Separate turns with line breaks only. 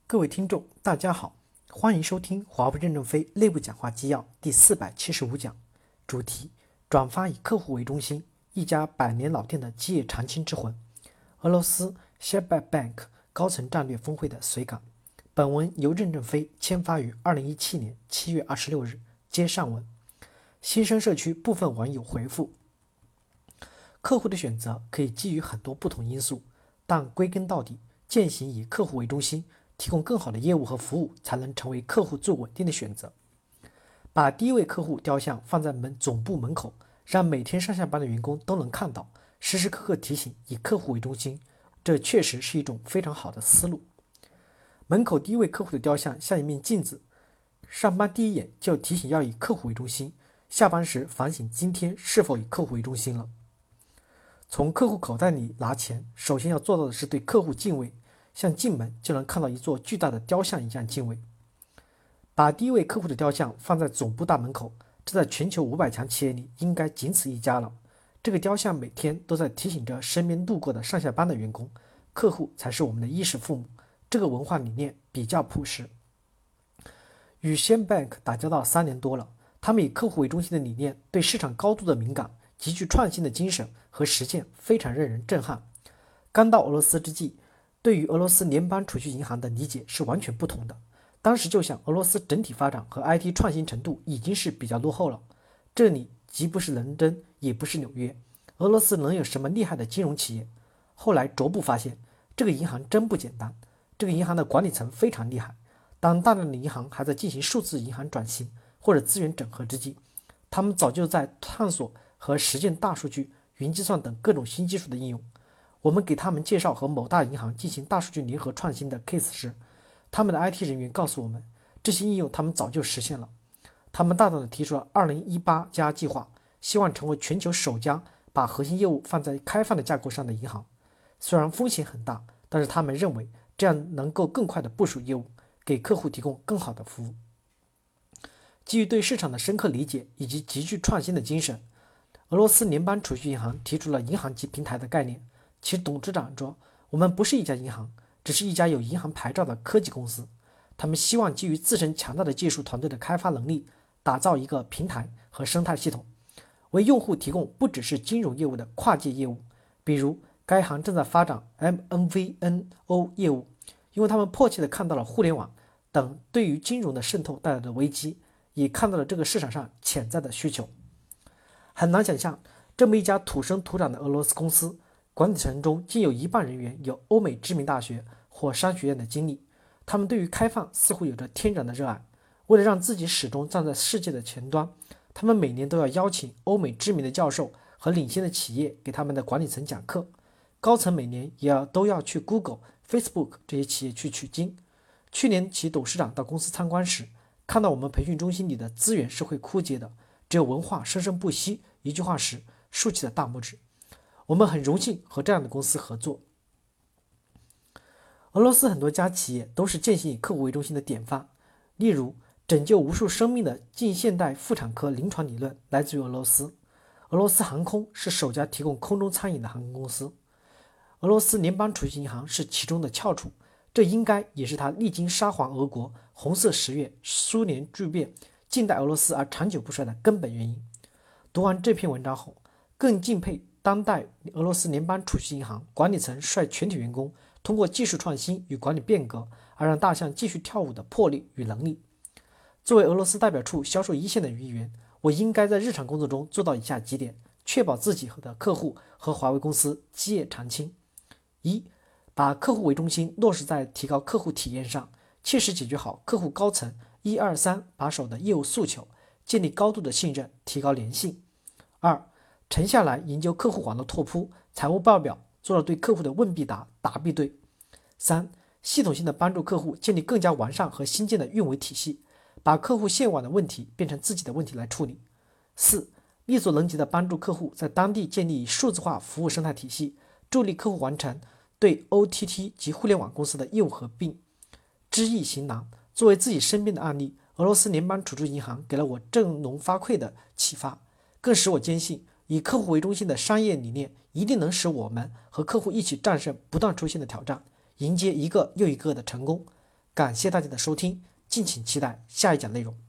各位听众，大家好，欢迎收听华为任正非内部讲话纪要第475讲，主题：转发以客户为中心，一家百年老店的基业长青之魂。俄罗斯 Sberbank 高层战略峰会的随稿。本文由任正非签发于2017年7月26日，接上文。新生社区部分网友回复：客户的选择可以基于很多不同因素，但归根到底，践行以客户为中心，提供更好的业务和服务，才能成为客户最稳定的选择。把第一位客户雕像放在总部门口，让每天上下班的员工都能看到，时时刻刻提醒以客户为中心，这确实是一种非常好的思路。门口第一位客户的雕像像一面镜子，上班第一眼就提醒要以客户为中心，下班时反省今天是否以客户为中心了。从客户口袋里拿钱，首先要做到的是对客户敬畏，像进门就能看到一座巨大的雕像一样敬畏。把第一位客户的雕像放在总部大门口，这在全球500强企业里应该仅此一家了。这个雕像每天都在提醒着身边路过的上下班的员工，客户才是我们的衣食父母。这个文化理念比较朴实。与 Sberbank 打交道3年多了，他们以客户为中心的理念，对市场高度的敏感，极具创新的精神和实践非常让人震撼。刚到俄罗斯之际，对于俄罗斯联邦储蓄银行的理解是完全不同的。当时就想，俄罗斯整体发展和 IT 创新程度已经是比较落后了，这里既不是伦敦，也不是纽约，俄罗斯能有什么厉害的金融企业？后来逐步发现，这个银行真不简单，这个银行的管理层非常厉害。当大量的银行还在进行数字银行转型或者资源整合之际，他们早就在探索和实践大数据、云计算等各种新技术的应用。我们给他们介绍和某大银行进行大数据联合创新的 case 时，他们的 IT 人员告诉我们，这些应用他们早就实现了。他们大胆地提出了2018加计划，希望成为全球首家把核心业务放在开放的架构上的银行。虽然风险很大，但是他们认为这样能够更快地部署业务，给客户提供更好的服务。基于对市场的深刻理解以及极具创新的精神，俄罗斯联邦储蓄银行提出了银行级平台的概念。其董事长说，我们不是一家银行，只是一家有银行牌照的科技公司。他们希望基于自身强大的技术团队的开发能力，打造一个平台和生态系统，为用户提供不只是金融业务的跨界业务。比如该行正在发展 MVNO 业务，因为他们迫切地看到了互联网等对于金融的渗透带来的危机，也看到了这个市场上潜在的需求。很难想象，这么一家土生土长的俄罗斯公司，管理层中竟有一半人员有欧美知名大学或商学院的经历。他们对于开放似乎有着天然的热爱。为了让自己始终站在世界的前端，他们每年都要邀请欧美知名的教授和领先的企业给他们的管理层讲课。高层每年都要去 Google、Facebook 这些企业去取经。去年其董事长到公司参观时，看到我们培训中心里的资源是会枯竭的，只有文化生生不息一句话时，竖起了大拇指。我们很荣幸和这样的公司合作。俄罗斯很多家企业都是践行以客户为中心的典范，例如拯救无数生命的近现代妇产科临床理论来自于俄罗斯。俄罗斯航空是首家提供空中餐饮的航空公司。俄罗斯联邦储蓄银行是其中的翘楚，这应该也是它历经沙皇俄国、红色十月、苏联巨变、近代俄罗斯而长久不衰的根本原因。读完这篇文章后，更敬佩当代俄罗斯联邦储蓄银行管理层率全体员工通过技术创新与管理变革而让大象继续跳舞的魄力与能力。作为俄罗斯代表处销售一线的一员，我应该在日常工作中做到以下几点，确保自己的客户和华为公司基业长青。一、把客户为中心落实在提高客户体验上，切实解决好客户高层1、2、3把手的业务诉求，建立高度的信任，提高粘性。二、沉下来研究客户网络拓扑、财务报表，做到对客户的问必答、答必对。三、系统性的帮助客户建立更加完善和新建的运维体系，把客户现往的问题变成自己的问题来处理。四、力所能及的帮助客户在当地建立数字化服务生态体系，助力客户完成对 OTT 及互联网公司的业务合并。知易行难，作为自己身边的案例，俄罗斯联邦储蓄银行给了我振聋发聩的启发，更使我坚信以客户为中心的商业理念一定能使我们和客户一起战胜不断出现的挑战，迎接一个又一个的成功。 感谢大家的收听，敬请期待下一讲内容。